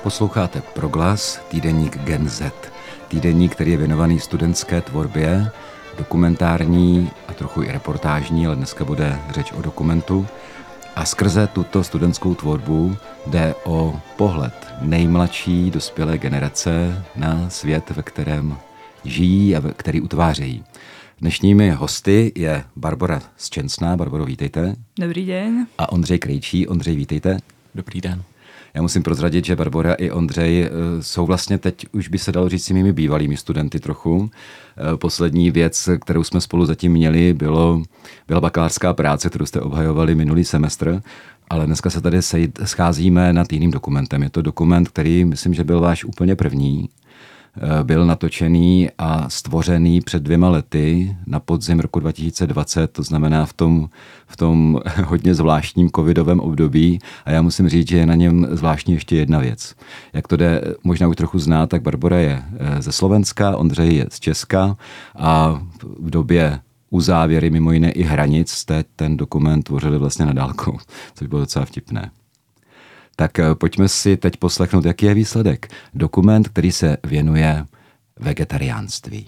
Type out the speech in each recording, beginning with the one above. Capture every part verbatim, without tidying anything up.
Posloucháte Proglas, týdeník Gen Z. Týdeník, který je věnovaný studentské tvorbě, dokumentární a trochu i reportážní, ale dneska bude řeč o dokumentu. A skrze tuto studentskou tvorbu jde o pohled nejmladší dospělé generace na svět, ve kterém žijí a který utvářejí. Dnešními hosty je Barbora Zčensná. Barboro, vítejte. Dobrý den. A Ondřej Krejčí. Ondřej, vítejte. Dobrý den. Já musím prozradit, že Barbora i Ondřej jsou vlastně teď, už by se dalo říct, mými bývalými studenty trochu. Poslední věc, kterou jsme spolu zatím měli, bylo, byla bakalářská práce, kterou jste obhajovali minulý semestr, ale dneska se tady sejít, scházíme nad jiným dokumentem. Je to dokument, který myslím, že byl váš úplně první. Byl natočený a stvořený před dvěma lety na podzim roku dva tisíce dvacet, to znamená v tom, v tom hodně zvláštním covidovém období, a já musím říct, že je na něm zvláštní ještě jedna věc. Jak to jde možná už trochu znát, tak Barbora je ze Slovenska, Ondřej je z Česka a v době uzávěry mimo jiné i hranic jste ten dokument tvořili vlastně na dálku, což bylo docela vtipné. Tak pojďme si teď poslechnout, jaký je výsledek. Dokument, který se věnuje vegetariánství.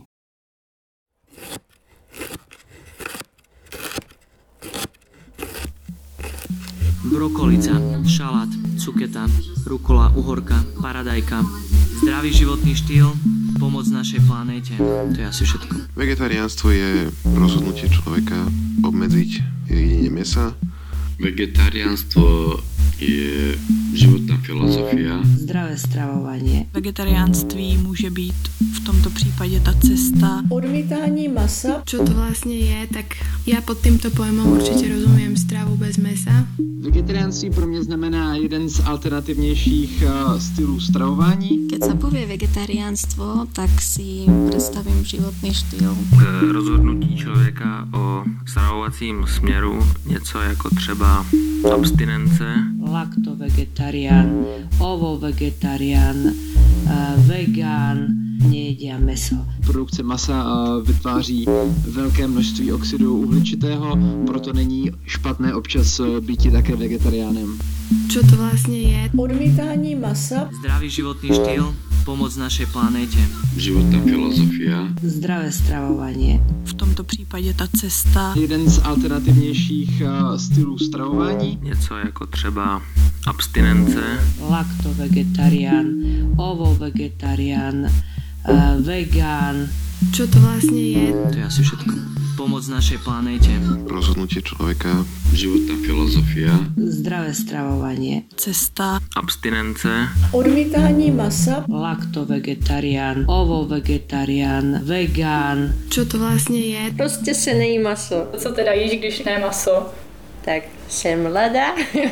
Brokolica, šalát, cuketa, rukola, uhorka, paradajka, zdravý životný štýl, pomoc našej planéte. To je asi všetko. Vegetariánstvo je rozhodnutie človeka obmedziť jedenie mäsa. Vegetariánstvo je životná filozofia. Zdravé stravovanie. Vegetariánství může být v tomto případě ta cesta. Odmítání masa. Čo to vlastne je, tak ja pod týmto pojmom určite rozumiem stravu bez mesa. Vegetariánství pro mě znamená jeden z alternativnějších uh, stylů stravování. Keď sa povie vegetariánstvo, tak si predstavím životný štýl. K rozhodnutí člověka o stravovacím směru něco jako třeba abstinence. Lakto-vegetarián, ovo-vegetarián, uh, vegán, nejedia meso. Produkce masa uh, vytváří velké množství oxidu uhličitého, proto není špatné občas uh, býti také vegetariánem. Čo to vlastne je? Odmítání masa. Zdravý životný štýl, pomoc našej planéte. Životná filozofia. Zdravé stravovanie. V tomto případě ta cesta. Jeden z alternativnějších uh, stylů stravování. Něco jako třeba abstinence. Lakto-vegetarián, ovo-vegetarián, uh, vegán. Čo to vlastne je? To je asi všetko. Pomoc našej planéte. Rozhodnutie človeka. Životná filozofia. Zdravé stravovanie. Cesta. Abstinence. Odmítání masa. Lakto-vegetarián, ovo-vegetarián, vegán. Čo to vlastne je? Prostě se nejí maso. Co teda jíš, když ne maso? Tak jsem mladá.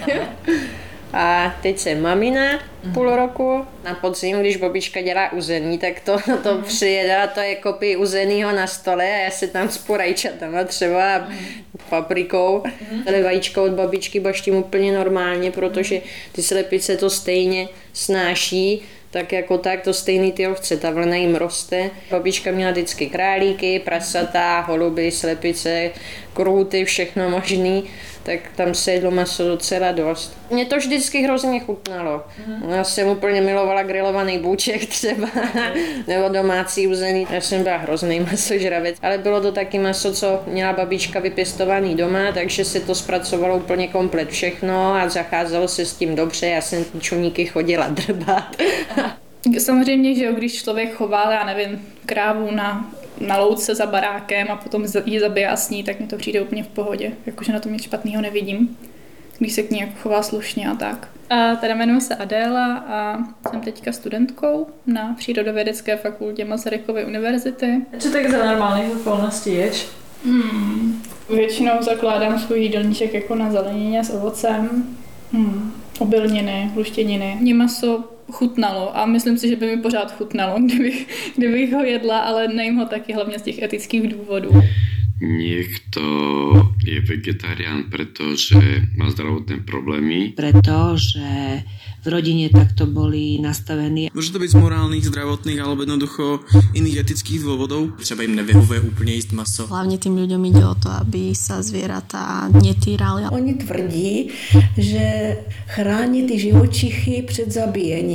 A teď jsem mamina půl roku. Na podzim, když babička dělá uzený, tak to na to přijede a to je kopii uzenýho na stole a já se tam s porajčatama třeba paprikou. Ale vajíčka od babičky baštím úplně normálně, protože ty slepice to stejně snáší. Tak jako tak to stejný ty ovce, ta vlna jim roste. Babička měla vždycky králíky, prasata, holuby, slepice, krůty, všechno možný, tak tam se jedlo maso docela dost. Mně to vždycky hrozně chutnalo. Já jsem úplně milovala grilovaný bůček třeba, nebo domácí uzený. Já jsem byla hrozný masožravec, ale bylo to taky maso, co měla babička vypěstovaný doma, takže se to zpracovalo úplně komplet všechno a zacházelo se s tím dobře. Já jsem čuníky chodila drbat. Samozřejmě, že když člověk chová, já nevím, krávu na, na louce za barákem a potom ji zabije a sní, tak mi to přijde úplně v pohodě. Jakože na tom nic špatného nevidím, když se k ní jako chová slušně a tak. A teda jmenuji se Adéla a jsem teďka studentkou na Přírodovědecké fakultě Masarykovy univerzity. Co tak za normálních okolností ješ? Hmm. Většinou zakládám svůj jídelníček jako na zelenině s ovocem, hmm. obilniny, hluštěniny. Mně maso chutnalo a myslím si, že by mi pořád chutnalo, kdybych, kdybych ho jedla, ale nejím ho taky hlavně z těch etických důvodů. Niekto je vegetarián, pretože má zdravotné problémy. Pretože v rodine takto boli nastavení. Môže to byť z morálnych, zdravotných alebo jednoducho iných etických dôvodov. Třeba im nevyhovuje úplne jíst maso. Hlavne tým ľuďom ide o to, aby sa zvieratá netýrali. Oni tvrdí, že chrání ty živočichy před zabíjením.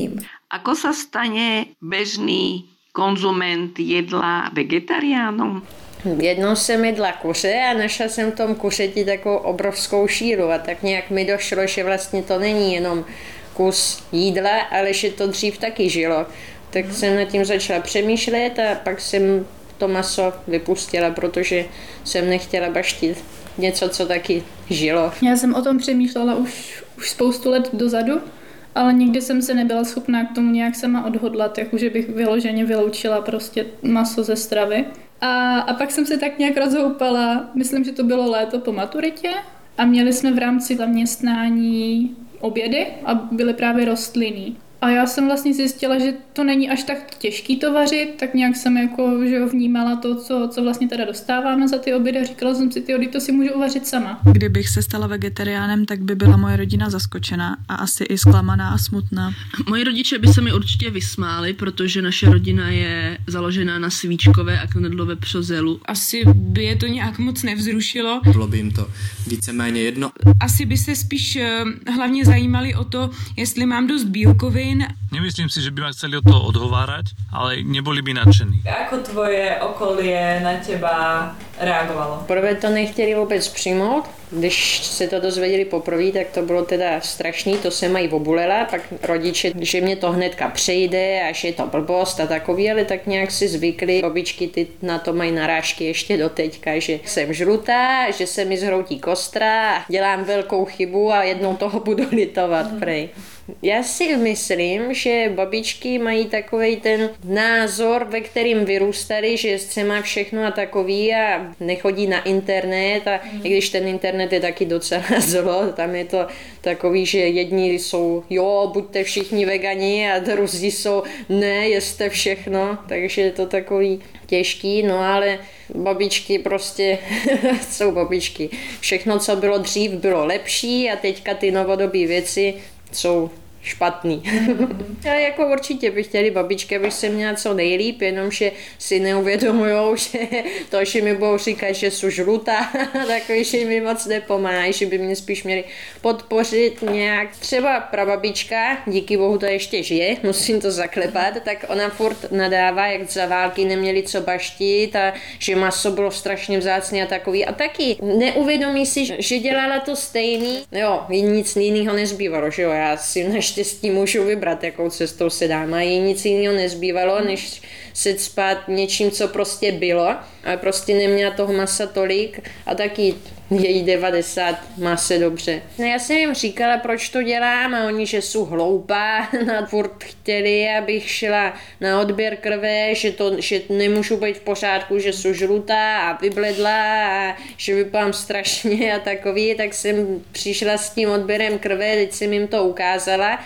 Ako sa stane bežný konzument jedla vegetariánom? Jednou jsem jedla kuře a našla jsem v tom kuřeti takovou obrovskou šíru a tak nějak mi došlo, že vlastně to není jenom kus jídla, ale že to dřív taky žilo. Tak mm. jsem nad tím začala přemýšlet a pak jsem to maso vypustila, protože jsem nechtěla baštit něco, co taky žilo. Já jsem o tom přemýšlela už, už spoustu let dozadu, ale nikdy jsem se nebyla schopná k tomu nějak sama odhodlat, jakože bych vyloženě vyloučila prostě maso ze stravy. A, a pak jsem se tak nějak rozhoupala, myslím, že to bylo léto po maturitě a měli jsme v rámci zaměstnání obědy a byly právě rostlinný. A já jsem vlastně zjistila, že to není až tak těžký to vařit, tak nějak jsem jako, že vnímala to, co, co vlastně teda dostáváme za ty obědy a říkala jsem si, ty to si můžu uvařit sama. Kdybych se stala vegetariánem, tak by byla moje rodina zaskočená a asi i zklamaná a smutná. Moji rodiče by se mi určitě vysmáli, protože naše rodina je založená na svíčkové a knedlové přozelu. Asi by je to nějak moc nevzrušilo. Bylo by jim to víceméně jedno. Asi by se spíš hlavně zajímali o to, jestli mám dost bílkovin. Nemyslím si, že by ma chceli od toho odhovárať, ale neboli by nadšení. Ako tvoje okolie na teba reagovalo? Prvé to nechtěli vůbec přijmout. Když se to dozvěděli poprvé, tak to bylo teda strašný, to jsem aj obulela, pak rodiče, že mě to hnedka přejde a že je to blbost a takový, ale tak nějak si zvykli. Babičky ty na to mají narážky ještě do teďka, že jsem žlutá, že se mi zhroutí kostra, dělám velkou chybu a jednou toho budu litovat prej. Já si myslím, že babičky mají takovej ten názor, ve kterým vyrůstali, že se má všechno a takový a nechodí na internet a mm. i když ten internet je taky docela zlo, tam je to takový, že jedni jsou jo, buďte všichni vegani a druzí jsou ne, jeste všechno, takže je to takový těžký, no ale babičky prostě jsou babičky. Všechno, co bylo dřív, bylo lepší a teďka ty novodobé věci jsou špatný. Ale jako určitě by chtěli babičky, abych se měla co nejlíp, jenomže si neuvědomujou, že to, že mi budou říkat, že jsou žlutá, takový, že mi moc nepomáhají, že by mě spíš měli podpořit nějak. Třeba prababička, díky bohu to ještě žije, musím to zaklepat, tak ona furt nadává, jak za války neměli co baštit a že maso bylo strašně vzácné a takový. A taky neuvědomí si, že dělala to stejný. Jo, nic jiného nezbývalo, že jo, já si naštěstí můžu vybrat, jakou cestou se dám. A jí nic jiného nezbývalo, než se spát něčím, co prostě bylo. A prostě neměla toho masa tolik a taky její devadesát má se dobře. No já jsem jim říkala, proč to dělám a oni, že jsou hloupá, a furt chtěli, abych šla na odběr krve, že, to, že nemůžu být v pořádku, že jsou žlutá a vybledla a že vypadám strašně a takový, tak jsem přišla s tím odběrem krve, teď jsem jim to ukázala,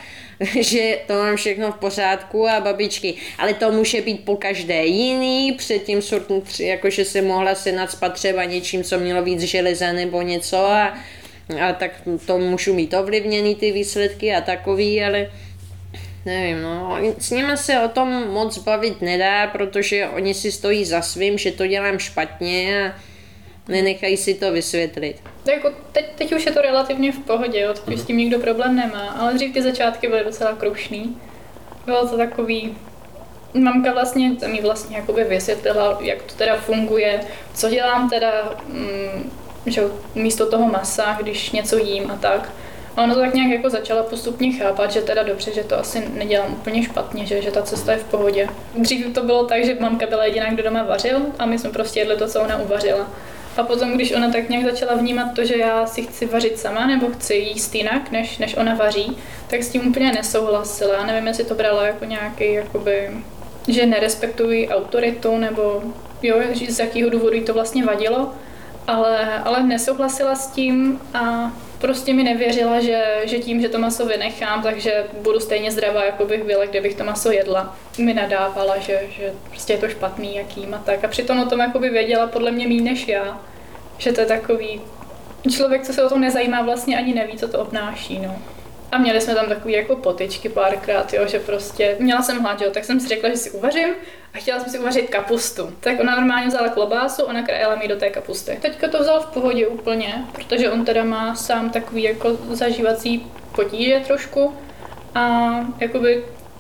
že to mám všechno v pořádku a babičky, ale to může být po každé jiný, předtím jakože se mohla se nacpat třeba něčím, co mělo víc železa nebo něco a, a tak to můžu mít ovlivněný ty výsledky a takový, ale nevím, no, s nimi se o tom moc bavit nedá, protože oni si stojí za svým, že to dělám špatně a nenechají si to vysvětlit. Jako teď, teď už je to relativně v pohodě, jo, teď už s tím nikdo problém nemá, ale dřív ty začátky byly docela krušný. Bylo to takový, mamka vlastně, mi vlastně jakoby vysvětlila, jak to teda funguje, co dělám teda, mm, že místo toho masa, když něco jím a tak. A ono to tak nějak jako začala postupně chápat, že teda dobře, že to asi nedělám úplně špatně, že, že ta cesta je v pohodě. Dřív to bylo tak, že mamka byla jediná, kdo doma vařil a my jsme prostě jedli to, co ona uvařila. A potom, když ona tak nějak začala vnímat to, že já si chci vařit sama nebo chci jíst jinak, než, než ona vaří, tak s tím úplně nesouhlasila. Já nevím, jestli to brala jako nějaký, jakoby, že nerespektují autoritu, nebo jo, z jakého důvodu jí to vlastně vadilo, ale, ale nesouhlasila s tím a prostě mi nevěřila, že, že tím, že to maso vynechám, takže budu stejně zdravá, jako bych byla, kdybych to maso jedla. Mi nadávala, že, že prostě je to špatný, jakým a tak. A přitom o tom jakoby věděla podle mě méně než já, že to je takový člověk, co se o tom nezajímá, vlastně ani neví, co to obnáší. No. A měli jsme tam takový jako potyčky párkrát, jo, že prostě měla jsem hlad, jo, tak jsem si řekla, že si uvařím a chtěla jsem si uvařit kapustu. Tak ona normálně vzala klobásu a nakrájela mi do té kapusty. Teďka to vzal v pohodě úplně, protože on teda má sám takový jako zažívací potíže trošku a jakoby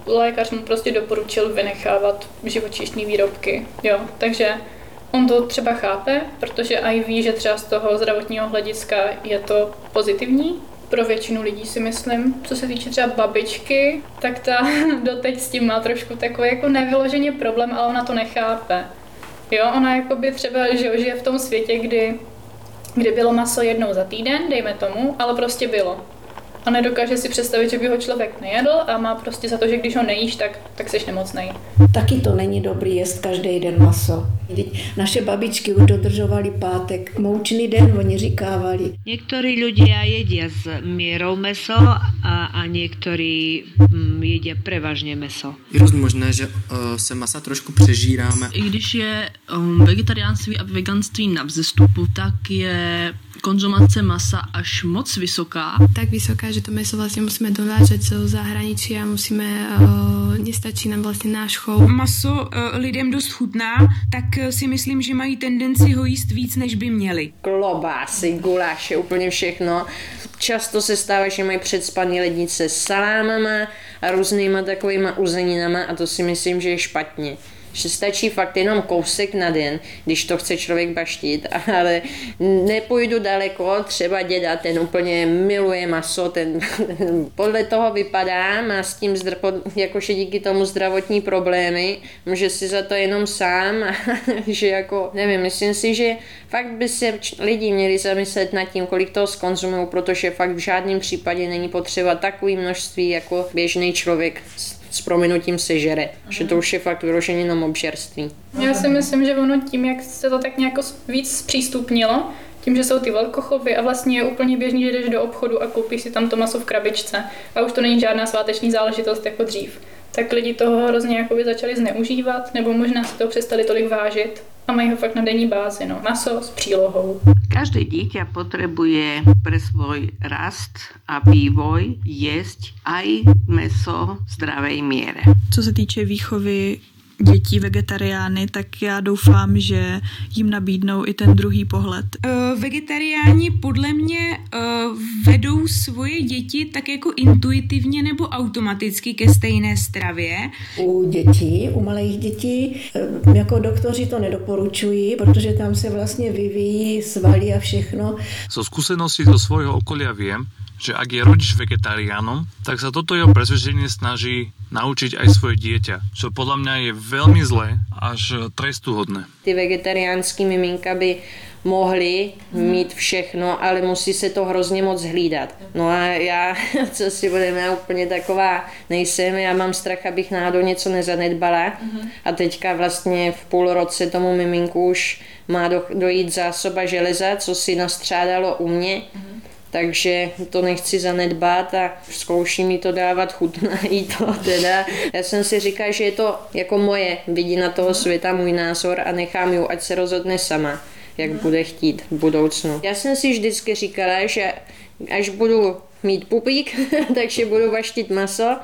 lékař mu prostě doporučil vynechávat živočišní výrobky, jo, takže on to třeba chápe, protože i ví, že třeba z toho zdravotního hlediska je to pozitivní. Pro většinu lidí si myslím, co se týče třeba babičky, tak ta doteď s tím má trošku takový jako nevyloženě problém, ale ona to nechápe. Jo, ona jakoby třeba že žije v tom světě, kdy, kdy bylo maso jednou za týden, dejme tomu, ale prostě bylo. A nedokáže si představit, že by ho člověk nejedl a má prostě za to, že když ho nejíš, tak, tak seš nemocnej. Taky to není dobrý jíst každý den maso. Naše babičky už dodržovali pátek, moučný den, oni říkávali. Niektorí ľudia jedia s mierou meso a, a niektorí mm, jedia prevažně meso. Je hrozně možné, že uh, se masa trošku přežíráme. I když je um, vegetariánství a veganství na vzestupu, tak je konzumace masa až moc vysoká. Tak vysoká, že to meso vlastně musíme dovážet zo zahraničí a musíme, uh, nestačí nám vlastně náš chov. Maso uh, lidem dost chutná, tak uh, si myslím, že mají tendenci ho jíst víc, než by měli. Klobásy, guláše, úplně všechno. Často se stává, že mají předspaný lednice s salámama a různýma takovýma uzeninama a to si myslím, že je špatně. Že stačí fakt jenom kousek na den, když to chce člověk baštit, ale nepůjdu daleko, třeba děda, ten úplně miluje maso, ten podle toho vypadá, má s tím zdr- jakože díky tomu zdravotní problémy, může si za to jenom sám, že jako, nevím, myslím si, že fakt by se lidi měli zamyslet nad tím, kolik toho skonzumují, protože fakt v žádném případě není potřeba takové množství, jako běžný člověk s prominutím sežere, že to už je fakt vyloženě jenom obžerství. Já si myslím, že ono tím, jak se to tak nějak víc zpřístupnilo, tím, že jsou ty velkochovy a vlastně je úplně běžný, že jdeš do obchodu a koupíš si tam to maso v krabičce a už to není žádná sváteční záležitost jako dřív. Tak lidi toho hrozně jakoby začali zneužívat nebo možná si to přestali tolik vážit a mají ho fakt na denní bázi, no. Maso s přílohou. Každé dieťa potrebuje pre svoj rast a vývoj jesť aj meso v zdravej miere. Co se týče výchovy dětí vegetariány, tak já doufám, že jim nabídnou i ten druhý pohled. Uh, vegetariáni podle mě uh, vedou svoje děti tak jako intuitivně nebo automaticky ke stejné stravě. U dětí, u malých dětí, jako doktoři to nedoporučují, protože tam se vlastně vyvíjí svaly a všechno. Zo skúseností zo svojho okolia viem, že ak je rodič vegetariánom, tak sa toto jeho presvedčenie snaží naučiť aj svoje dieťa, čo podľa mňa je veľmi zlé, až trestuhodné. Ty vegetariánský miminka by mohli mít všechno, ale musí se to hrozně moc hlídat. No a já, co si budeme, já úplně taková nejsem, já mám strach, abych náhodou něco nezanedbala a teďka vlastně v půl roce tomu miminku už má do, dojít zásoba železa, co si nastřádalo u mě. Takže to nechci zanedbat a zkouším mi to dávat, chutnají to teda. Já jsem si říkal, že je to jako moje vidina toho světa, můj názor a nechám ju, ať se rozhodne sama, jak bude chtít v budoucnu. Já jsem si vždycky říkala, že až budu mít pupík, takže budu baštit maso.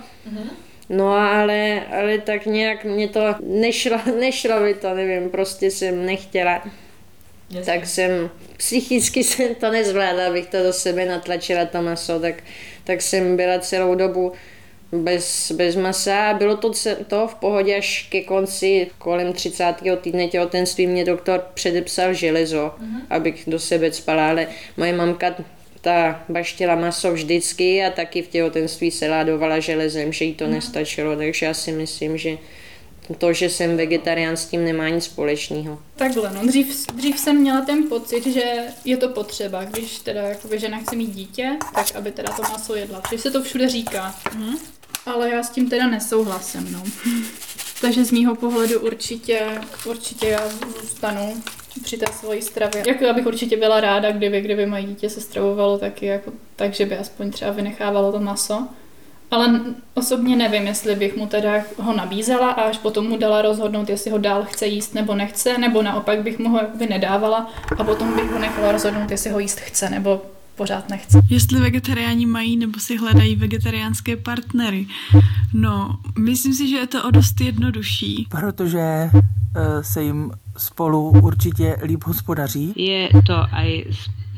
No ale, ale tak nějak mě to nešlo, nešlo by to, nevím, prostě jsem nechtěla. Jasně. Tak jsem, psychicky jsem to nezvládla, abych to do sebe natlačila to maso, tak, tak jsem byla celou dobu bez, bez masa a bylo to, to v pohodě až ke konci, kolem třicátého týdne těhotenství mě doktor předepsal železo, uh-huh. abych do sebe spala, ale moje mamka ta baštila maso vždycky a taky v těhotenství se ládovala železem, že jí to uh-huh. nestačilo, takže já si myslím, že to, že jsem vegetarián, s tím nemá nic společného. Takhle, no, dřív, dřív jsem měla ten pocit, že je to potřeba, když teda jakoby žena chce mít dítě, tak aby teda to maso jedla, protože se to všude říká. Mm. Ale já s tím teda nesouhlasím, no. Takže z mýho pohledu určitě, určitě já zůstanu při té svojí stravě. Jako já bych určitě byla ráda, kdyby, kdyby moje dítě se stravovalo taky, jako, takže by aspoň třeba vynechávalo to maso. Ale osobně nevím, jestli bych mu teda ho nabízela a až potom mu dala rozhodnout, jestli ho dál chce jíst nebo nechce, nebo naopak bych mu ho jakoby nedávala a potom bych ho nechala rozhodnout, jestli ho jíst chce nebo pořád nechce. Jestli vegetariáni mají nebo si hledají vegetariánské partnery. No, myslím si, že je to o dost jednodušší. Protože uh, se jim spolu určitě líp hospodaří. Je to aj z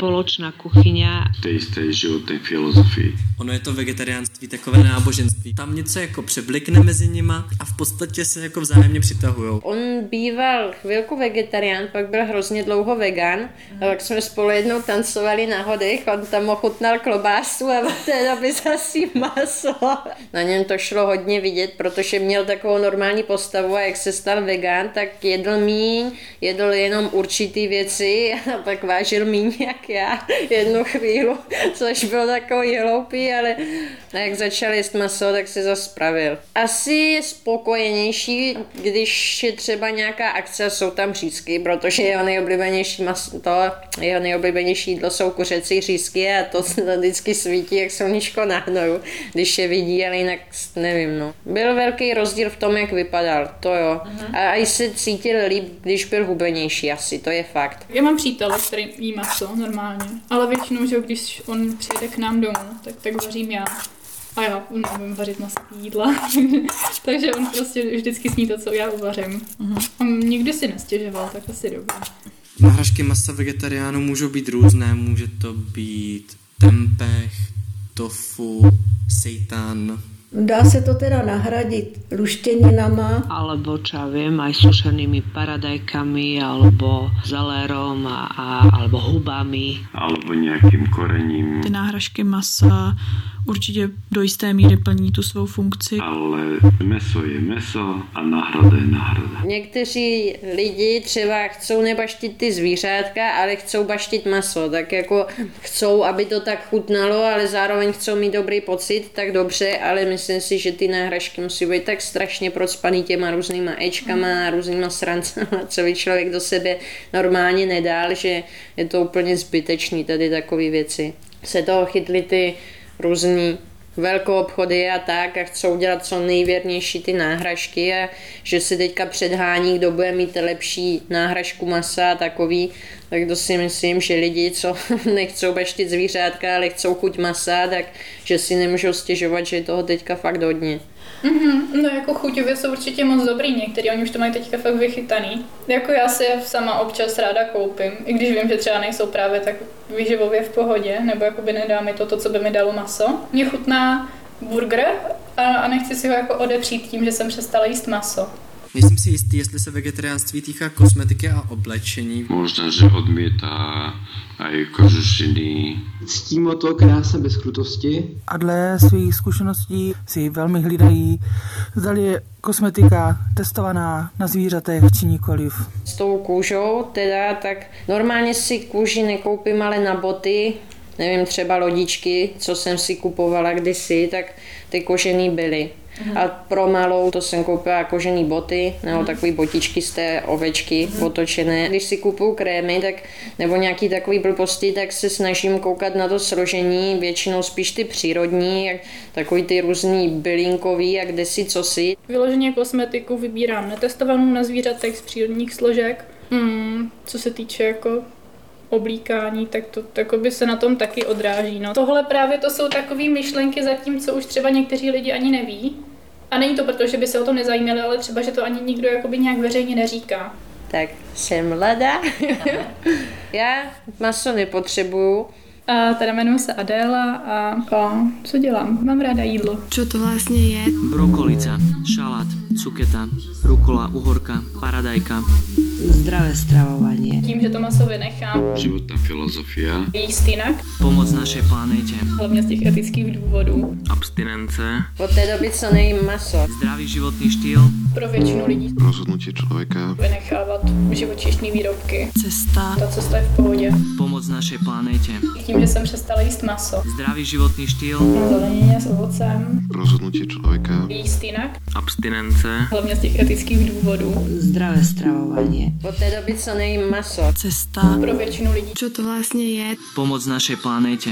spoločná kuchyňa. Tej istej životnej filozofii. Ono je to vegetariánství takové náboženství. Tam něco jako přeblikne mezi nima a v podstatě se jako vzájemně přitahujou. On býval chvilku vegetarián, pak byl hrozně dlouho vegan, a tak jsme spolu jednou tancovali na hodech, on tam ochutnal klobásu a od té doby zase maso. Na něm to šlo hodně vidět, protože měl takovou normální postavu a jak se stal vegan, tak jedl míň, jedl jenom určitý věci a pak vážil míň jak já jednu chvíli, což byl takový hloupý, ale jak začal jíst maso, tak se zase spravil. Asi je spokojenější, když je třeba nějaká akce, jsou tam řízky, protože jeho nejoblíbenější maso, to, jeho nejoblíbenější jídlo jsou kuřecí řízky a to se vždycky svítí jak sluníčko na hnoju, když je vidí, ale jinak nevím, no. Byl velký rozdíl v tom, jak vypadal, to jo. Uh-huh. A i se cítil líp, když byl hubenější asi, to je fakt. Já mám přítele, který jí maso normálně, ale většinou, že když on přijde k nám domů, tak, tak vařím já. A já nevím vařit masný jídla, takže on prostě vždycky sní to, co já uvařím. Uh-huh. A nikdy si nestěžoval, tak asi dobrý. Náhražky masa vegetariánů můžou být různé, může to být tempeh, tofu, seitan. Dá se to teda nahradit lušteninama. Alebo čo ja viem, aj sušenými paradajkami, alebo zelérom, a, a, alebo hubami. Alebo nejakým korením. Ty náhražky masa určitě do jisté míry plní tu svou funkci. Ale meso je meso a náhrada je náhrada. Někteří lidi třeba chcou nebaštit ty zvířátka, ale chcou baštit maso. Tak jako chcou, aby to tak chutnalo, ale zároveň chcou mít dobrý pocit, tak dobře, ale myslím si, že ty náhražky musí být tak strašně procpaný těma různýma ečkama, různýma srancama, co by člověk do sebe normálně nedal, že je to úplně zbytečný tady takové věci. Se toho chytli ty různý velkou obchody a tak a chcou dělat co nejvěrnější ty náhražky a že se teďka předhání, kdo bude mít lepší náhražku masa a takový, tak to si myslím, že lidi, co nechcou baštit zvířátka, ale chcou chuť masa, tak že si nemůžou stěžovat, že je toho teďka fakt hodně. Mm-hmm, no jako chuťově jsou určitě moc dobrý, některý, oni už to mají teďka fakt vychytaný. Jako já si je sama občas ráda koupím, i když vím, že třeba nejsou právě tak výživově v pohodě, nebo jakoby nedá mi to, to, co by mi dalo maso. Mně chutná burger a, a nechci si ho jako odepřít tím, že jsem přestala jíst maso. Nejsem si jistý, jestli se vegetariánství týká kosmetiky a oblečení. Možná, že odmítá aj kožešiny. Ctím o to krása bez krutosti. A dle svých zkušeností si velmi hlídají, zdali je kosmetika testovaná na zvířatech či nikoliv. S tou kůžou teda, tak normálně si kůži nekoupím, ale na boty, nevím, třeba lodičky, co jsem si kupovala kdysi, tak ty kožený byly. Mm. A pro malou to jsem koupila kožený boty, nebo mm. takový botičky z té ovečky mm. otočené. Když si kupuju krémy, tak, nebo nějaký takový blbosti, tak se snažím koukat na to složení, většinou spíš ty přírodní, jak takový ty různý bylinkový, jak kdesi cosi. Vyloženě kosmetiku vybírám netestovanou na zvířatech z přírodních složek. Hmm, co se týče jako oblíkání, tak to tak by se na tom taky odráží. No. Tohle právě to jsou takové myšlenky zatím, co už třeba někteří lidi ani neví. A není to proto, že by se o to nezajímali, ale třeba, že to ani nikdo jakoby nějak veřejně neříká. Tak jsem Lada. Já maso nepotřebuju. A teda jmenuji se Adéla a, a co dělám? Mám ráda jídlo. Čo to vlastně je? Brokolica, šalát, cuketa, rukola, uhorka, paradajka. Zdravé stravovanie. Tím, že to maso vynechám. Životná filozofia. Jíst jinak. Pomoc našej planéte. Hlavně z těch etických důvodů. Abstinence. Od té doby, co nejím maso. Zdravý životný štýl. Pro většinu lidí. Rozhodnutie človeka. Vynechávat živočišní výrobky. Cesta. Ta cesta je v pohodě. Pomoc našej planéte. Tím, že jsem přestala jíst maso. Zdravý životný štýl. Zelenině s ovocem. Rozhodnutie človeka. Jíst jinak. Abstinence. Hlavně z těch etických důvodů. Zdravé stravovanie. Od té doby, co nejím maso. Cesta. Pro většinu lidí. Čo to vlastně je? Pomoc našej planéte.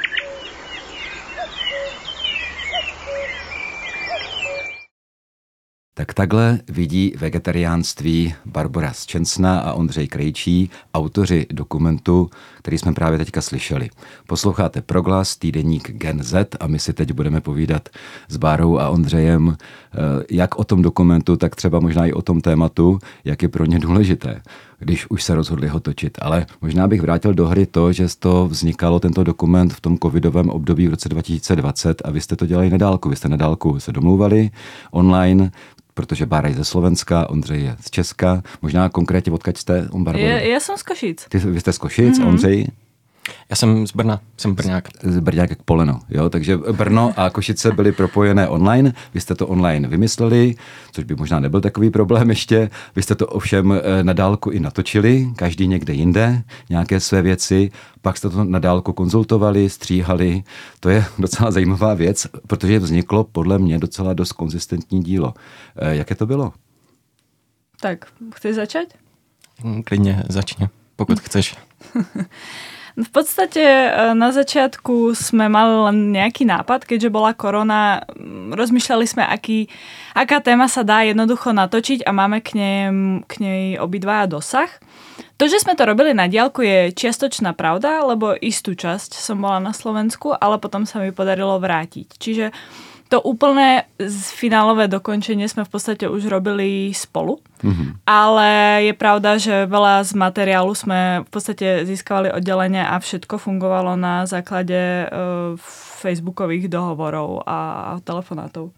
Tak takhle vidí vegetariánství Barbora Szczęsna a Ondřej Krejčí, autoři dokumentu, který jsme právě teďka slyšeli. Posloucháte Proglas, týdeník Gen Z a my si teď budeme povídat s Bárou a Ondřejem jak o tom dokumentu, tak třeba možná i o tom tématu, jak je pro ně důležité. když už se rozhodli ho točit. Ale možná bych vrátil do hry to, že to vznikalo, tento dokument v tom covidovém období v roce dva tisíce dvacet a vy jste to dělali na dálku. Vy jste na dálku se domlouvali online, protože Bára je ze Slovenska, Ondřej je z Česka. Možná konkrétně odkud jste, on Barbara? Ja, ja som z Košic. Ty, vy jste z Košic, mm-hmm. Ondřej? Já jsem z Brna, jsem Brňák. Z Brňák jak poleno, jo, takže Brno a Košice byly propojené online, vy jste to online vymysleli, což by možná nebyl takový problém ještě, vy jste to ovšem na dálku i natočili, každý někde jinde, nějaké své věci, pak jste to na dálku konzultovali, stříhali, to je docela zajímavá věc, protože vzniklo podle mě docela dost konzistentní dílo. Jaké to bylo? Tak, chceš začať? Klidně začni, pokud chceš. V podstate na začiatku sme mali len nejaký nápad, keďže bola korona, rozmýšľali sme, aký, aká téma sa dá jednoducho natočiť a máme k nej, k nej obidvaja dosah. To, že sme to robili na diaľku, je čiastočná pravda, lebo istú časť som bola na Slovensku, ale potom sa mi podarilo vrátiť. Čiže to úplné finálové dokončenie sme v podstate už robili spolu, mm-hmm. ale je pravda, že veľa z materiálu sme v podstate získavali oddelenie a všetko fungovalo na základe uh, facebookových dohovorov a telefonátov.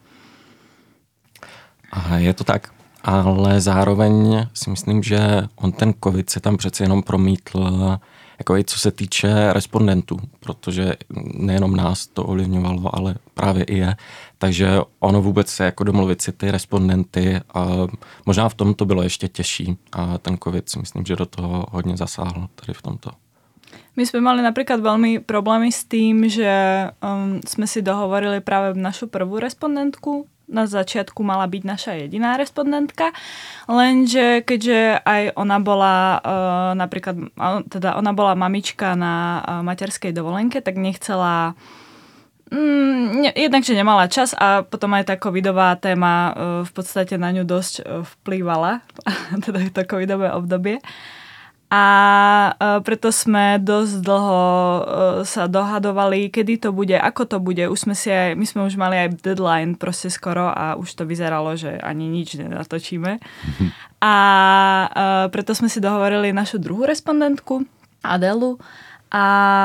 A je to tak, ale zároveň si myslím, že on ten covid se tam přeci jenom promítl jako i co se týče respondentů, protože nejenom nás to ovlivňovalo, ale právě i je. Takže ono vůbec se jako domluvit si ty respondenty a možná v tom to bylo ještě těžší a ten covid si myslím, že do toho hodně zasáhl tady v tomto. My sme mali napríklad veľmi problémy s tým, že um, sme si dohovorili práve našu prvú respondentku. Na začiatku mala byť naša jediná respondentka, lenže keďže aj ona bola uh, napríklad, teda ona bola mamička na uh, materskej dovolenke, tak nechcela mm, ne, jednak, že nemala čas a potom aj tá covidová téma uh, v podstate na ňu dosť uh, vplývala, teda to covidové obdobie. A uh, preto sme dosť dlho uh, sa dohadovali, kedy to bude, ako to bude. Už sme si aj, my sme už mali aj deadline proste skoro a už to vyzeralo, že ani nič nenatočíme. Mm-hmm. A uh, preto sme si dohovorili našu druhú respondentku, Adelu. A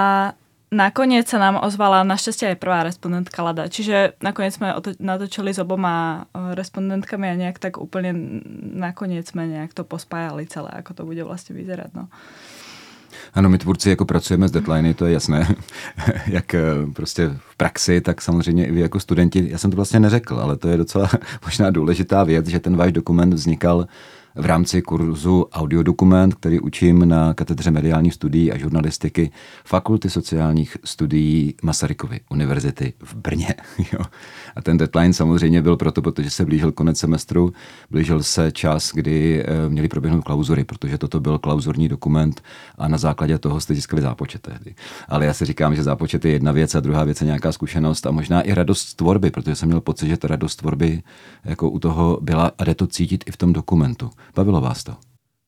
nakoniec sa nám ozvala našťastie aj prvá respondentka Lada. Čiže nakoniec sme natočili s oboma respondentkami a nejak tak úplne nakoniec sme nejak to pospájali celé, ako to bude vlastne vyzerať. No. Ano, my tvůrci jako pracujeme s deadliny, to je jasné. Jak prostě v praxi, tak samozřejmě i vy jako studenti. Já jsem to vlastně neřekl, ale to je docela možná důležitá věc, že ten váš dokument vznikal v rámci kurzu Audiodokument, který učím na katedře mediálních studií a žurnalistiky Fakulty sociálních studií Masarykovy univerzity v Brně. Jo. A ten deadline samozřejmě byl proto, protože se blížil konec semestru, blížil se čas, kdy měli proběhnout klauzury, protože toto byl klauzurní dokument a na základě toho jste získali zápočet tehdy. Ale já si říkám, že zápočet je jedna věc a druhá věc je nějaká zkušenost a možná i radost tvorby, protože jsem měl pocit, že ta radost tvorby jako u toho byla a jde to cítit i v tom dokumentu. Bavilo vás to?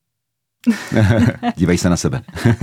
Dívají se na sebe.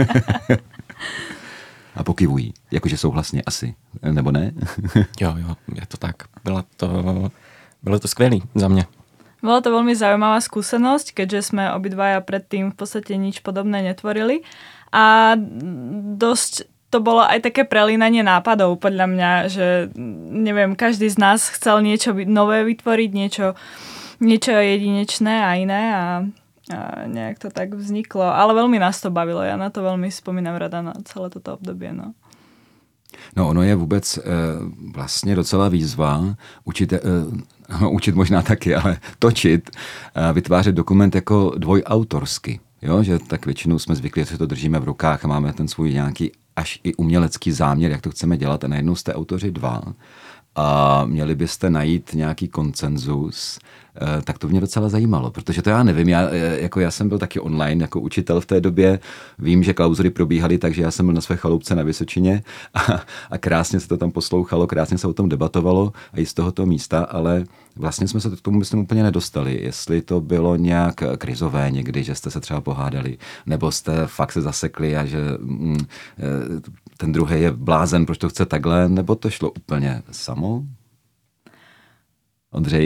A pokyvují, jakože souhlasně asi, nebo ne? Jo, jo, je to tak. Bylo to, bylo to skvělý za mě. Bola to veľmi zaujímavá skúsenosť, keďže sme obidvaja predtým v podstate nič podobné netvorili. A dosť to bolo aj také prelínanie nápadov, podľa mňa, že neviem, každý z nás chcel niečo nové vytvoriť, niečo, niečo jedinečné a iné a, a nejak to tak vzniklo. Ale veľmi nás to bavilo, ja na to veľmi spomínam rada na celé toto obdobie. No. No ono je vůbec e, vlastně docela výzva učit, e, no, učit možná taky, ale točit, e, vytvářet dokument jako dvojautorsky. Jo? Že tak většinou jsme zvyklí, že to držíme v rukách a máme ten svůj nějaký až i umělecký záměr, jak to chceme dělat a najednou jste autoři dva a měli byste najít nějaký konsenzus, tak to mě docela zajímalo, protože to já nevím, já, jako já jsem byl taky online jako učitel v té době, vím, že klauzury probíhaly, takže já jsem byl na své chaloupce na Vysočině a, a krásně se to tam poslouchalo, krásně se o tom debatovalo a i z tohoto místa, ale vlastně jsme se k tomu myslím úplně nedostali, jestli to bylo nějak krizové někdy, že jste se třeba pohádali, nebo jste fakt se zasekli a že mm, ten druhý je blázen, proč to chce takhle, nebo to šlo úplně samo? Ondřej?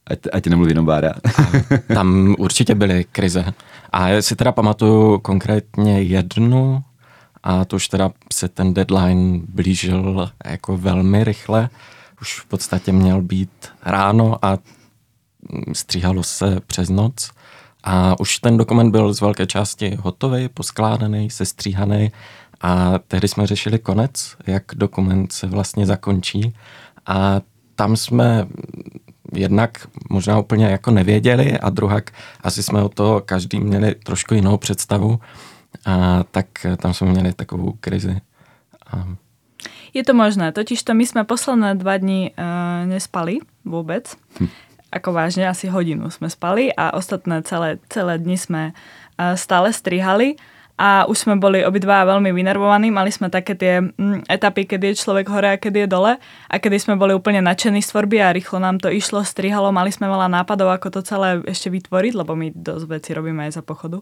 Ať, ať nemluví jenom Bára. Tam určitě byly krize. A já si teda pamatuju konkrétně jednu, a to už teda se ten deadline blížil jako velmi rychle. Už v podstatě měl být ráno a stříhalo se přes noc. A už ten dokument byl z velké části hotový, poskládaný, sestříhaný. A tehdy jsme řešili konec, jak dokument se vlastně zakončí. A tam jsme jednak možná úplně jako nevěděli a druhak asi jsme o to každý měli trošku jinou představu. A tak tam jsme měli takovou krizi. A... Je to možné, totiž to my jsme posledné dva dny uh, nespali vůbec. Hm. Ako vážne, asi hodinu sme spali a ostatné celé, celé dni sme uh, stále strihali a už sme boli obidva veľmi vynervovaní. Mali sme také tie mm, etapy, kedy je človek hore a kedy je dole a kedy sme boli úplne nadšení z tvorby a rýchlo nám to išlo, strihalo. Mali sme veľa nápadov, ako to celé ešte vytvoriť, lebo my dosť veci robíme aj za pochodu.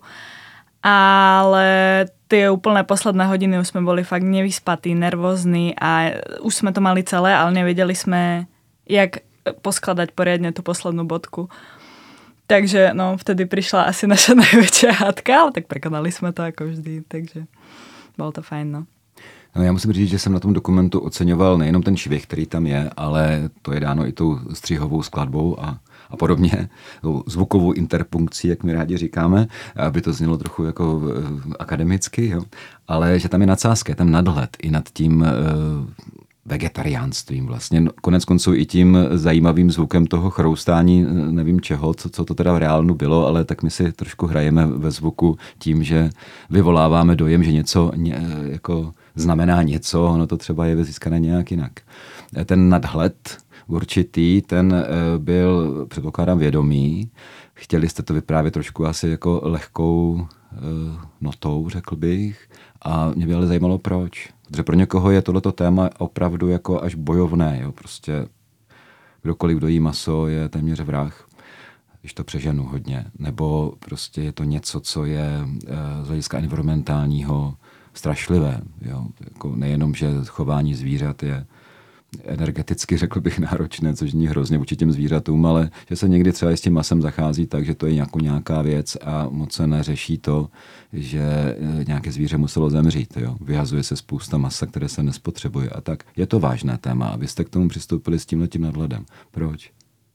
Ale tie úplne posledné hodiny už sme boli fakt nevyspatí, nervózni a už sme to mali celé, ale nevedeli sme, jak poskladať poriadne tú poslednú bodku. Takže no, vtedy prišla asi naša najväčšia hádka, ale tak prekonali sme to ako vždy, takže bolo to fajn, no. No, já musím říct, že jsem na tom dokumentu oceňoval nejenom ten švih, který tam je, ale to je dáno i tou střihovou skladbou a, a podobně, tou zvukovou interpunkcí, jak my rádi říkáme, aby to znělo trochu jako akademicky, jo. Ale že tam je nadsázka, je tam nadhled i nad tím uh, vegetariánstvím vlastně. Konec konců i tím zajímavým zvukem toho chroustání, nevím čeho, co, co to teda v reálnu bylo, ale tak my si trošku hrajeme ve zvuku tím, že vyvoláváme dojem, že něco ně, jako znamená něco, ono to třeba je získané nějak jinak. Ten nadhled určitý, ten byl, předpokládám, vědomý. Chtěli jste to vyprávět trošku asi jako lehkou notou, řekl bych. A mě by ale zajímalo, proč. Protože pro někoho je tohleto téma opravdu jako až bojovné. Jo? Prostě kdokoliv, kdo jí maso, je téměř vrah, když to přeženu hodně. Nebo prostě je to něco, co je z hlediska environmentálního strašlivé. Jo? Jako nejenom, že chování zvířat je energeticky, řekl bych, náročné, což není hrozně vůči těm zvířatům, ale že se někdy třeba i s tím masem zachází tak, že to je nějakou nějaká věc a moc se neřeší to, že nějaké zvíře muselo zemřít. Jo? Vyhazuje se spousta masa, které se nespotřebuje a tak. Je to vážné téma a vy jste k tomu přistoupili s tímhletím nadhledem. Proč?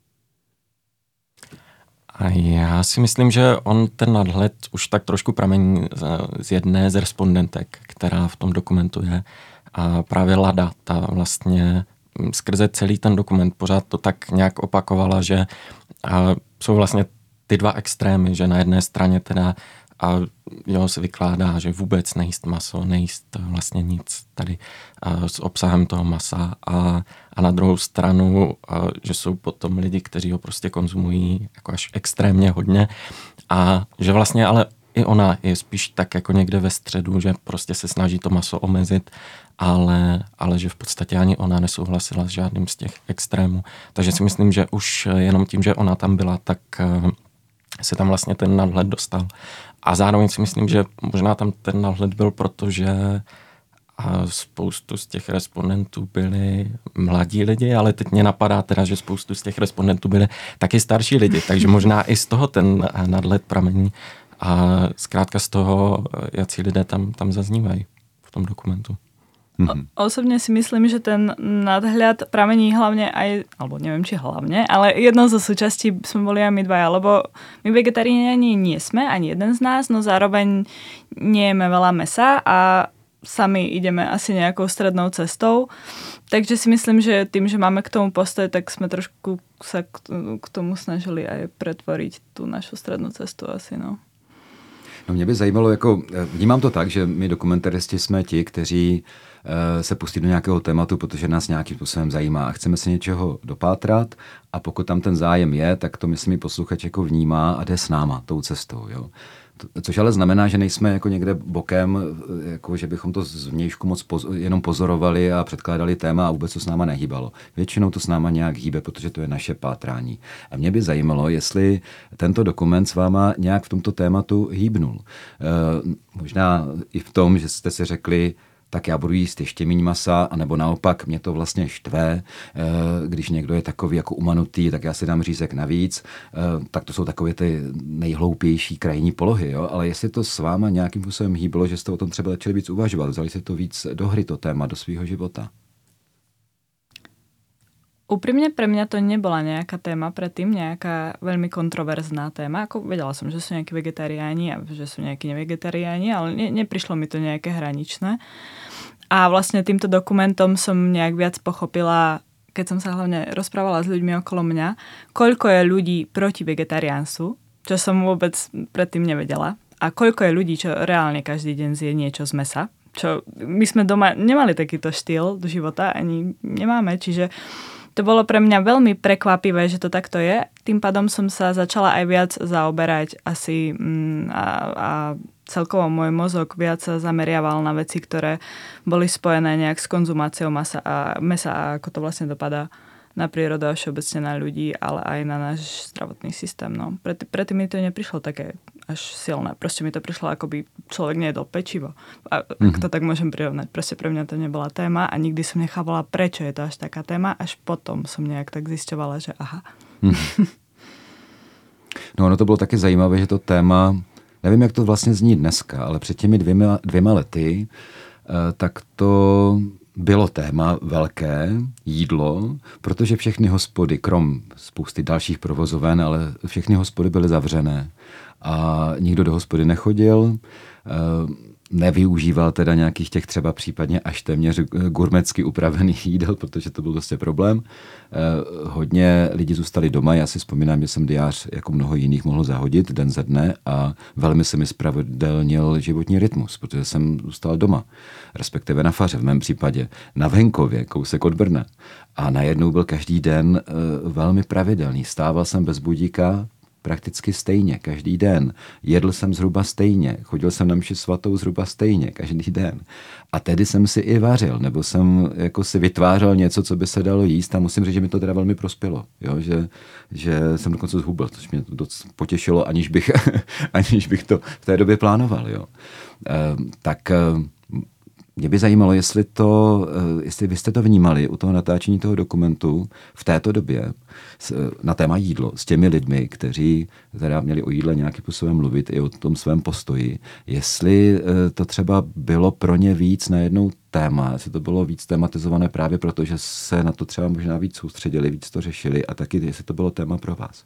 A já si myslím, že on ten nadhled už tak trošku pramení z jedné z respondentek, která v tom dokumentu je. A právě Lada, ta vlastně skrze celý ten dokument pořád to tak nějak opakovala, že a jsou vlastně ty dva extrémy, že na jedné straně teda a jo, se vykládá, že vůbec nejíst maso, nejíst vlastně nic tady a, s obsahem toho masa a, a na druhou stranu, a, že jsou potom lidi, kteří ho prostě konzumují jako až extrémně hodně a že vlastně ale i ona je spíš tak jako někde ve středu, že prostě se snaží to maso omezit, ale, ale že v podstatě ani ona nesouhlasila s žádným z těch extrémů. Takže si myslím, že už jenom tím, že ona tam byla, tak se tam vlastně ten nadhled dostal. A zároveň si myslím, že možná tam ten nadhled byl, protože spoustu z těch respondentů byli mladí lidi, ale teď mě napadá teda, že spoustu z těch respondentů byli taky starší lidi, takže možná i z toho ten nadhled pramení. A zkrátka z toho, jací lidé tam, tam zaznívají v tom dokumentu. Mm-hmm. Osobne si myslím, že ten nadhľad pramení hlavne aj, alebo neviem, či hlavne, ale jednou zo súčastí sme boli aj my dvaja, lebo my vegetariáni nie sme, ani jeden z nás, no zároveň nejeme veľa mesa a sami ideme asi nejakou strednou cestou. Takže si myslím, že tým, že máme k tomu postoj, tak sme trošku sa k tomu snažili aj pretvoriť tú našu strednú cestu asi, no. No mě by zajímalo, jako vnímám to tak, že my dokumentaristi jsme ti, kteří e, se pustí do nějakého tématu, protože nás nějakým způsobem zajímá a chceme se něčeho dopátrat a pokud tam ten zájem je, tak to myslím i posluchač jako vnímá a jde s náma tou cestou, jo. Což ale znamená, že nejsme jako někde bokem, jako že bychom to zvnějšku moc poz, jenom pozorovali a předkládali téma a vůbec to s náma nehýbalo. Většinou to s náma nějak hýbe, protože to je naše pátrání. A mě by zajímalo, jestli tento dokument s váma nějak v tomto tématu hýbnul. E, možná i v tom, že jste si řekli, tak já budu jíst ještě méně masa, anebo naopak mě to vlastně štve, když někdo je takový jako umanutý, tak já si dám řízek navíc, tak to jsou takové ty nejhloupější krajní polohy, jo? Ale jestli to s váma nějakým způsobem hýbalo, že jste o tom třeba začali víc uvažovat, vzali si to víc do hry, to téma, do svého života? Úprimne pre mňa to nebola nejaká téma predtým, nejaká veľmi kontroverzná téma. Ako vedela som, že sú nejakí vegetariáni a že sú nejakí nevegetariáni, ale ne, neprišlo mi to nejaké hraničné. A vlastne týmto dokumentom som nejak viac pochopila, keď som sa hlavne rozprávala s ľuďmi okolo mňa, koľko je ľudí proti vegetariánstvu, čo som vôbec predtým nevedela. A koľko je ľudí, čo reálne každý deň zje niečo z mesa. Čo my sme doma nemali takýto štýl do života, ani nemáme, čiže to bolo pre mňa veľmi prekvapivé, že to takto je. Tým pádom som sa začala aj viac zaoberať asi mm, a, a celkovo môj mozog viac sa zameriaval na veci, ktoré boli spojené nejak s konzumáciou masa a mesa a ako to vlastne dopadá na prírodu a všeobecne na ľudí, ale aj na náš zdravotný systém. No. Predtým, predtým mi to neprišlo také až silné. Proste mi to prišlo, ako by človek nejedol pečivo. A, mm-hmm. Ak to tak môžem prirovnať. Proste pre mňa to nebola téma a nikdy som nechávala, prečo je to až taká téma. Až potom som nejak tak zisťovala, že aha. Mm-hmm. No ono to bylo taky zajímavé, že to téma, nevím, jak to vlastně zní dneska, ale před těmi dvěma, dvěma lety, tak to bylo téma velké, jídlo, protože všechny hospody, krom spousty dalších provozoven, ale všechny hospody byly zavřené a nikdo do hospody nechodil, nevyužíval teda nějakých těch třeba případně až téměř gurmetsky upravených jídel, protože to byl prostě problém. Hodně lidí zůstali doma, já si vzpomínám, že jsem diář jako mnoho jiných mohl zahodit den ze dne a velmi se mi spravedlnil životní rytmus, protože jsem zůstal doma, respektive na faře v mém případě, na venkově, kousek od Brna. A najednou byl každý den velmi pravidelný. Stával jsem bez budíka, prakticky stejně, každý den. Jedl jsem zhruba stejně, chodil jsem na mši svatou zhruba stejně, každý den. A tedy jsem si i vařil, nebo jsem jako si vytvářel něco, co by se dalo jíst a musím říct, že mi to teda velmi prospělo, jo? Že, že jsem dokonce zhubil, což mě to dost potěšilo, aniž bych, aniž bych to v té době plánoval. Jo? E, tak... Mě by zajímalo, jestli, to, jestli vy jste to vnímali u toho natáčení toho dokumentu v této době na téma jídlo s těmi lidmi, kteří teda měli o jídle nějakým způsobem mluvit i o tom svém postoji. Jestli to třeba bylo pro ně víc najednou téma, jestli to bylo víc tematizované právě proto, že se na to třeba možná víc soustředili, víc to řešili a taky jestli to bylo téma pro vás.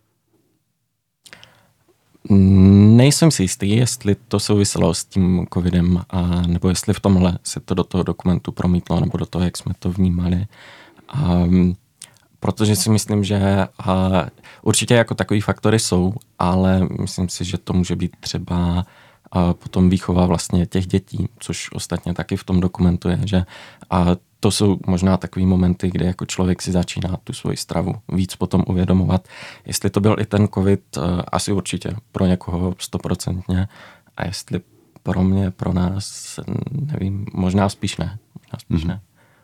Nejsem si jistý, jestli to souviselo s tím covidem, a, nebo jestli v tomhle se to do toho dokumentu promítlo, nebo do toho, jak jsme to vnímali. A, protože si myslím, že a, určitě jako takový faktory jsou, ale myslím si, že to může být třeba a, potom výchova vlastně těch dětí, což ostatně taky v tom dokumentu je, že a, to jsou možná takový momenty, kdy jako člověk si začíná tu svoji stravu víc potom uvědomovat. Jestli to byl i ten covid, asi určitě pro někoho stoprocentně. A jestli pro mě, pro nás, nevím, možná spíš ne. Možná spíš mm-hmm. ne.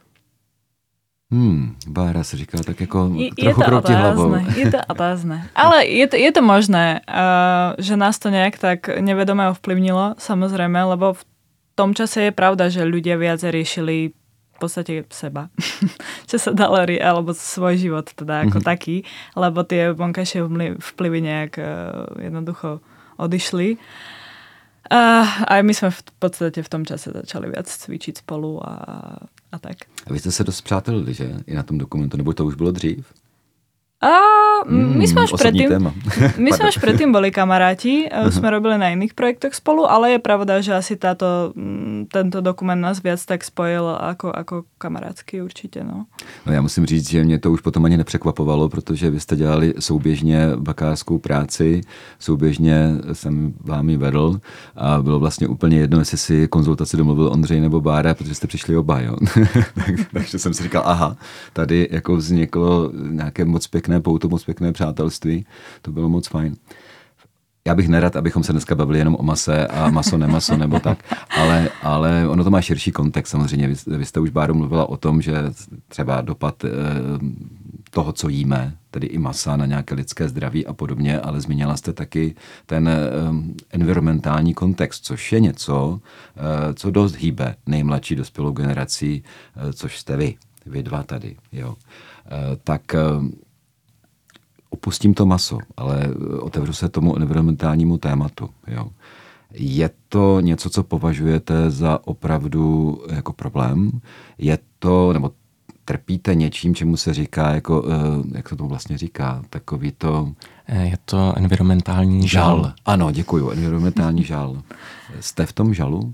Hmm, Bára si říká tak jako je, trochu kroutí hlavou. Je to otázne. Ale je to, je to možné, uh, že nás to nejak tak nevedome ovplyvnilo, samozrejme, lebo v tom čase je pravda, že ľudia viac riešili v podstate seba, čo sa dalo, alebo svoj život teda ako mm-hmm. taký, lebo tie vonkajšie vplyvy nejak uh, jednoducho odišli. A aj my sme v podstate v tom čase začali viac cvičiť spolu a, a tak. A vy ste sa dosť přátelili, že? I na tom dokumentu, nebo to už bylo dřív? A my mm, sme už predtým, my sme už predtým boli kamaráti, uh-huh. sme robili na iných projektoch spolu, ale je pravda, že asi táto, tento dokument nás viac tak spojil ako, ako kamarádsky určitě. No. No já musím říct, že mě to už potom ani nepřekvapovalo, protože vy jste dělali souběžně bakalářskou práci, souběžně jsem vám ji vedl a bylo vlastně úplně jedno, jestli si konzultaci domluvil Ondřej nebo Bára, protože jste přišli oba, jo. tak, takže jsem si říkal, aha, tady jako vzniklo nějaké moc pěkné pouto, moc pěkné přátelství. To bylo moc fajn. Já bych nerad, abychom se dneska bavili jenom o mase a maso, nemaso nebo tak, ale, ale ono to má širší kontext samozřejmě. Vy, vy jste už, Báro, mluvila o tom, že třeba dopad e, toho, co jíme, tedy i masa na nějaké lidské zdraví a podobně, ale zmínila jste taky ten um, environmentální kontext, což je něco, uh, co dost hýbe nejmladší dospělou generací, uh, což jste vy, vy dva tady. Jo. Uh, tak uh, opustím to maso, ale otevřu se tomu environmentálnímu tématu. Jo. Je to něco, co považujete za opravdu jako problém? Je to, nebo trpíte něčím, čemu se říká, jako, jak se to vlastně říká, takový to... Je to environmentální žal. žal. Ano, děkuju, environmentální žal. Jste v tom žalu?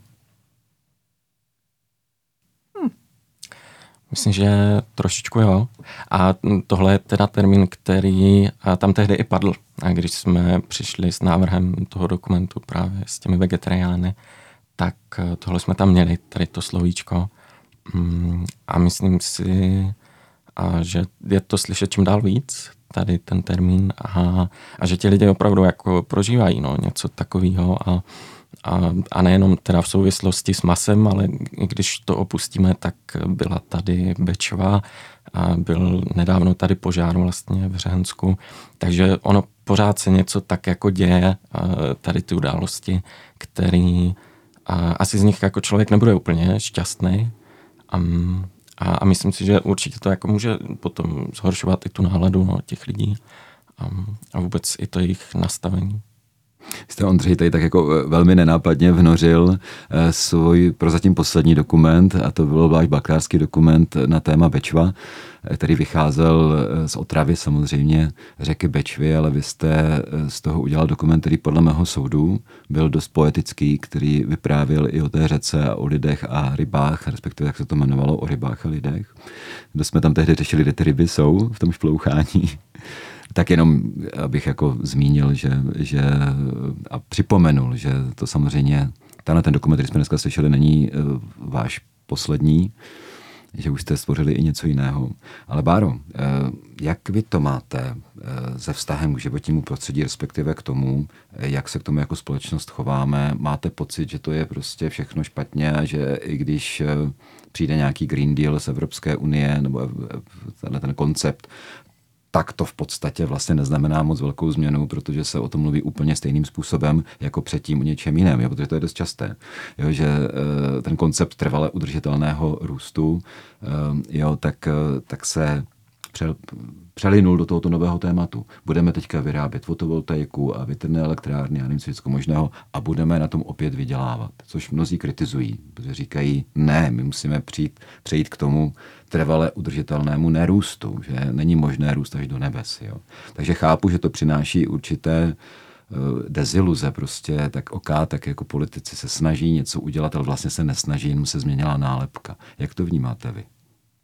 Hm. Myslím, že trošičku jo. A tohle je teda termín, který tam tehdy i padl. A když jsme přišli s návrhem toho dokumentu právě s těmi vegetariány, tak tohle jsme tam měli, tady to slovíčko. A myslím si, a že je to slyšet čím dál víc, tady ten termín, a, a že ti lidé opravdu jako prožívají no, něco takového a, a, a nejenom teda v souvislosti s masem, ale i když to opustíme, tak byla tady Bečva a byl nedávno tady požár vlastně v Řehensku, takže ono pořád se něco tak jako děje, tady ty události, který a asi z nich jako člověk nebude úplně šťastný. Um, a, a myslím si, že určitě to jako může potom zhoršovat i tu náladu no, těch lidí um, a vůbec i to jejich nastavení. Jste, Ondřej, tady tak jako velmi nenápadně vnořil svůj prozatím poslední dokument, a to byl váš bakalářský dokument na téma Bečva, který vycházel z Otravy samozřejmě řeky Bečvy, ale vy jste z toho udělal dokument, který podle mého soudu byl dost poetický, který vyprávěl i o té řece a o lidech a rybách, respektive jak se to jmenovalo, o rybách a lidech. Kde jsme tam tehdy řešili, kde ty ryby jsou v tom šplouchání. Tak jenom abych jako zmínil, že, že a připomenul, že to samozřejmě, tenhle ten dokument, který jsme dneska slyšeli, není uh, váš poslední, že už jste stvořili i něco jiného. Ale Báro, uh, jak vy to máte uh, se vztahem k životnímu prostředí, respektive k tomu, uh, jak se k tomu jako společnost chováme? Máte pocit, že to je prostě všechno špatně a že i když uh, přijde nějaký Green Deal z Evropské unie, nebo uh, tenhle ten koncept, tak to v podstatě vlastně neznamená moc velkou změnu, protože se o tom mluví úplně stejným způsobem jako předtím o něčem jiném, jo, protože to je dost časté, jo, že uh, ten koncept trvale udržitelného růstu, uh, jo, tak, uh, tak se přel, přelinul do tohoto nového tématu. Budeme teďka vyrábět fotovoltaiku a větrné elektrárny a nevím co všechno možného a budeme na tom opět vydělávat, což mnozí kritizují, protože říkají, ne, my musíme přijít, přejít k tomu trvale udržitelnému nerůstu, že není možné růst až do nebes. Jo. Takže chápu, že to přináší určité uh, deziluze, prostě tak oká, tak jako politici se snaží něco udělat, ale vlastně se nesnaží, jenom se změnila nálepka. Jak to vnímáte vy?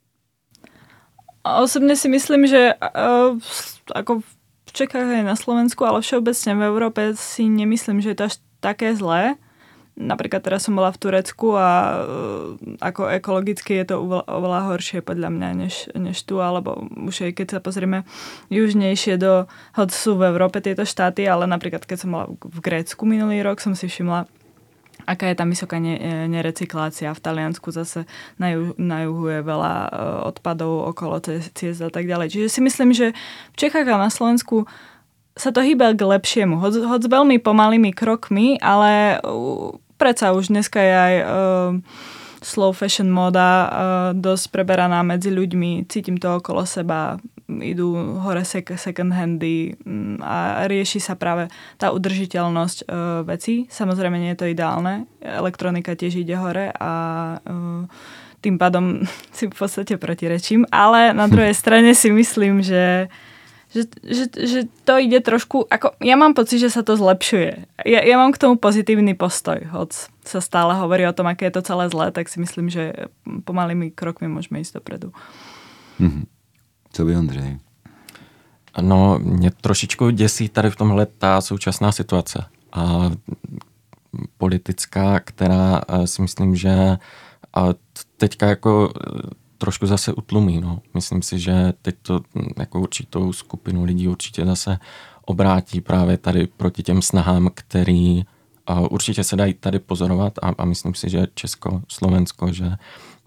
Osobne si myslím, že uh, ako v Čechách aj na Slovensku, ale všeobecne v Európe si nemyslím, že je to až také zlé. Napríklad teraz som bola v Turecku a uh, ako ekologicky je to oveľa, oveľa horšie podľa mňa než, než tu, alebo už aj keď sa pozrieme južnejšie do, hoď sú v Európe tieto štáty, ale napríklad keď som bola v Grécku minulý rok, som si všimla, aká je tam vysoká ne- nerecyklácia. V Taliansku zase na, ju- na juhu je veľa uh, odpadov okolo ciest a tak ďalej. Čiže si myslím, že v Čechách a na Slovensku sa to hýbe k lepšiemu. Hoď, hoď s veľmi pomalými krokmi, ale uh, predsa už dneska je aj uh, slow fashion moda uh, dosť preberaná medzi ľuďmi. Cítim to okolo seba. Idú hore sek- second handy a rieši sa práve tá udržiteľnosť uh, vecí. Samozrejme nie je to ideálne. Elektronika tiež ide hore a uh, tým pádom si v podstate protirečím. Ale na druhej strane si myslím, že Že, že, že to ide trošku, ako, ja mám pocit, že sa to zlepšuje. Ja, ja mám k tomu pozitívny postoj, hoď sa stále hovorí o tom, aké je to celé zlé, tak si myslím, že pomalými krokmi môžeme ísť dopredu. Mm-hmm. Co by, Ondřej? No, mě trošičku děsí tady v tomhle ta současná situace. A politická, která si myslím, že teďka jako trošku zase utlumí. No. Myslím si, že teď to jako určitou skupinu lidí určitě zase obrátí právě tady proti těm snahám, který uh, určitě se dají tady pozorovat a, a myslím si, že Česko, Slovensko, že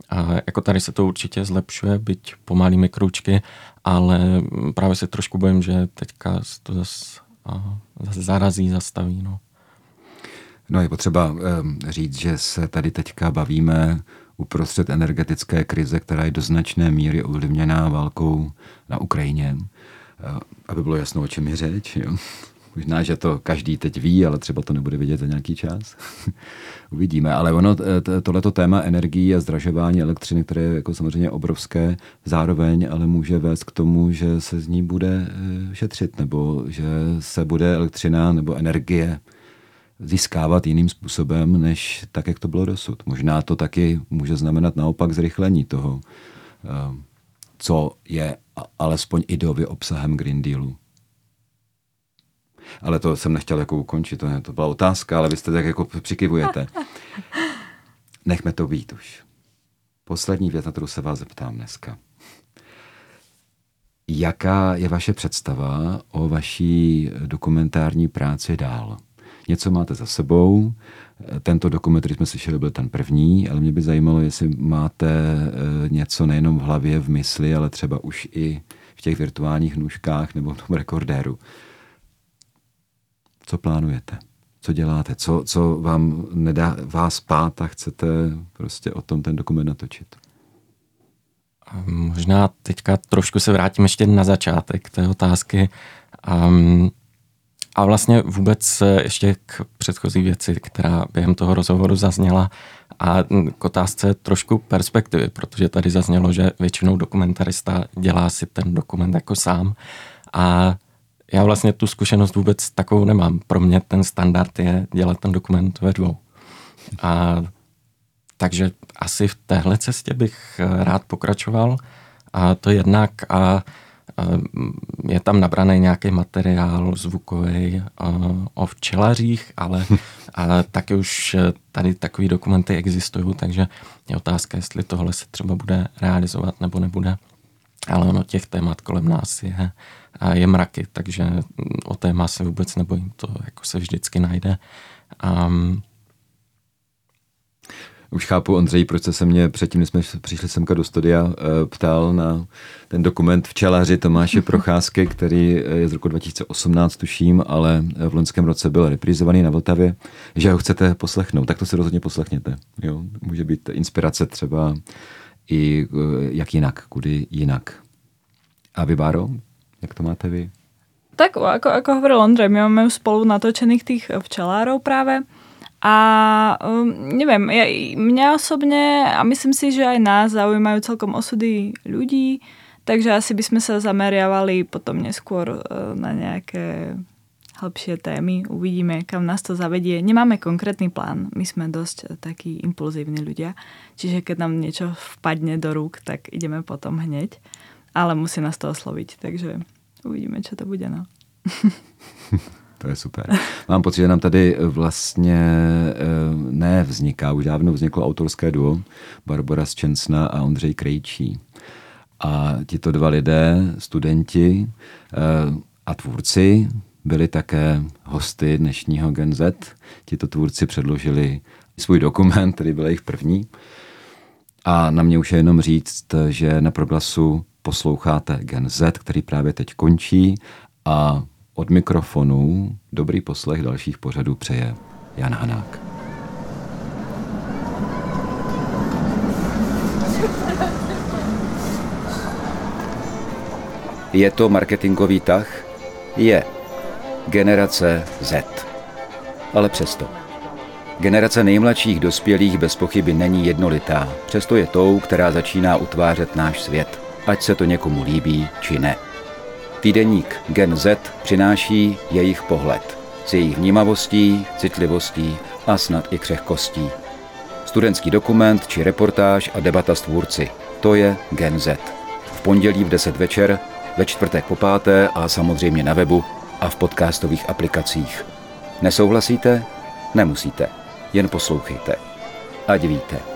A jako tady se to určitě zlepšuje, byť pomalými kručky, ale právě se trošku bojím, že teďka to zase zase zarazí, zastaví. No. No je potřeba říct, že se tady teďka bavíme uprostřed energetické krize, která je do značné míry ovlivněná válkou na Ukrajině. Aby bylo jasno, o čem je řeč. Jo. Možná, že to každý teď ví, ale třeba to nebude vidět za nějaký čas. Uvidíme. Ale ono, tohleto téma energií a zdražování elektřiny, které je jako samozřejmě obrovské, zároveň ale může vést k tomu, že se z ní bude šetřit, nebo že se bude elektřina nebo energie získávat jiným způsobem, než tak, jak to bylo dosud. Možná to taky může znamenat naopak zrychlení toho, co je alespoň ideově obsahem Green Dealu. Ale to jsem nechtěl jako ukončit, to, ne, to byla otázka, ale vy jste tak jako přikyvujete. Nechme to být už. Poslední věc, na kterou se vás zeptám dneska. Jaká je vaše představa o vaší dokumentární práci dál? Něco máte za sebou, tento dokument, který jsme slyšeli, byl ten první, ale mě by zajímalo, jestli máte něco nejenom v hlavě, v mysli, ale třeba už i v těch virtuálních nůžkách nebo v tom rekordéru. Co plánujete? Co děláte? Co, co vám nedá vás spát a chcete prostě o tom ten dokument natočit? Možná teďka trošku se vrátím ještě na začátek té otázky. Um, a vlastně vůbec ještě k předchozí věci, která během toho rozhovoru zazněla, a k otázce trošku perspektivy, protože tady zaznělo, že většinou dokumentarista dělá si ten dokument jako sám. A já vlastně tu zkušenost vůbec takovou nemám. Pro mě ten standard je dělat ten dokument ve dvou. A takže asi v téhle cestě bych rád pokračoval. A to jednak a, a je tam nabraný nějaký materiál zvukový o včelařích, ale a taky už tady takový dokumenty existují, takže je otázka, jestli tohle se třeba bude realizovat nebo nebude. Ale ono těch témat kolem nás je, je mraky, takže o téma se vůbec nebojím, to jako se vždycky najde. Um, Už chápu, Ondřej, proč se mě předtím, než jsme přišli semka do studia, ptal na ten dokument Včelaři Tomáše Procházky, který je z roku dva tisíce osmnáct, tuším, ale v loňském roce byl reprizovaný na Vltavě, že ho chcete poslechnout. Tak to si rozhodně poslechněte. Jo? Může být inspirace třeba i jak jinak, kudy jinak. A vy, Báro, jak to máte vy? Tak, ako, ako hovoril Ondrej, my máme spolu natočených tých včelárov práve. A um, neviem, ja, mňa osobne, a myslím si, že aj nás zaujímajú celkom osudy ľudí, takže asi by sme sa zameriavali potom neskôr uh, na nejaké hlbšie témy. Uvidíme, kam nás to zavedie. Nemáme konkrétny plán. My sme dosť takí impulzívni ľudia. Čiže keď nám niečo vpadne do rúk, tak ideme potom hneď. Ale musí nás to osloviť. Takže uvidíme, čo to bude. No. To je super. Mám pocit, že nám tady vlastně ne vzniká, už dávno vzniklo autorské duo Barbora Szczęsna a Ondřej Krejčí. A tito dva lidé, studenti a tvůrci, byli také hosty dnešního Gen Z. Tito tvůrci předložili svůj dokument, který byl jejich první. A na mě už je jenom říct, že na Proglasu posloucháte Gen Z, který právě teď končí, a od mikrofonu dobrý poslech dalších pořadů přeje Jan Hanák. Je to marketingový tah? Je. Generace Z. Ale přesto. Generace nejmladších dospělých bez pochyby není jednolitá, přesto je tou, která začíná utvářet náš svět, ať se to někomu líbí či ne. Týdeník Gen Z přináší jejich pohled s jejich vnímavostí, citlivostí a snad i křehkostí. Studentský dokument či reportáž a debata s tvůrci. To je Gen Z. V pondělí v deset večer, ve čtvrtek po páté a samozřejmě na webu a v podcastových aplikacích. Nesouhlasíte? Nemusíte. Jen poslouchejte. Ať víte.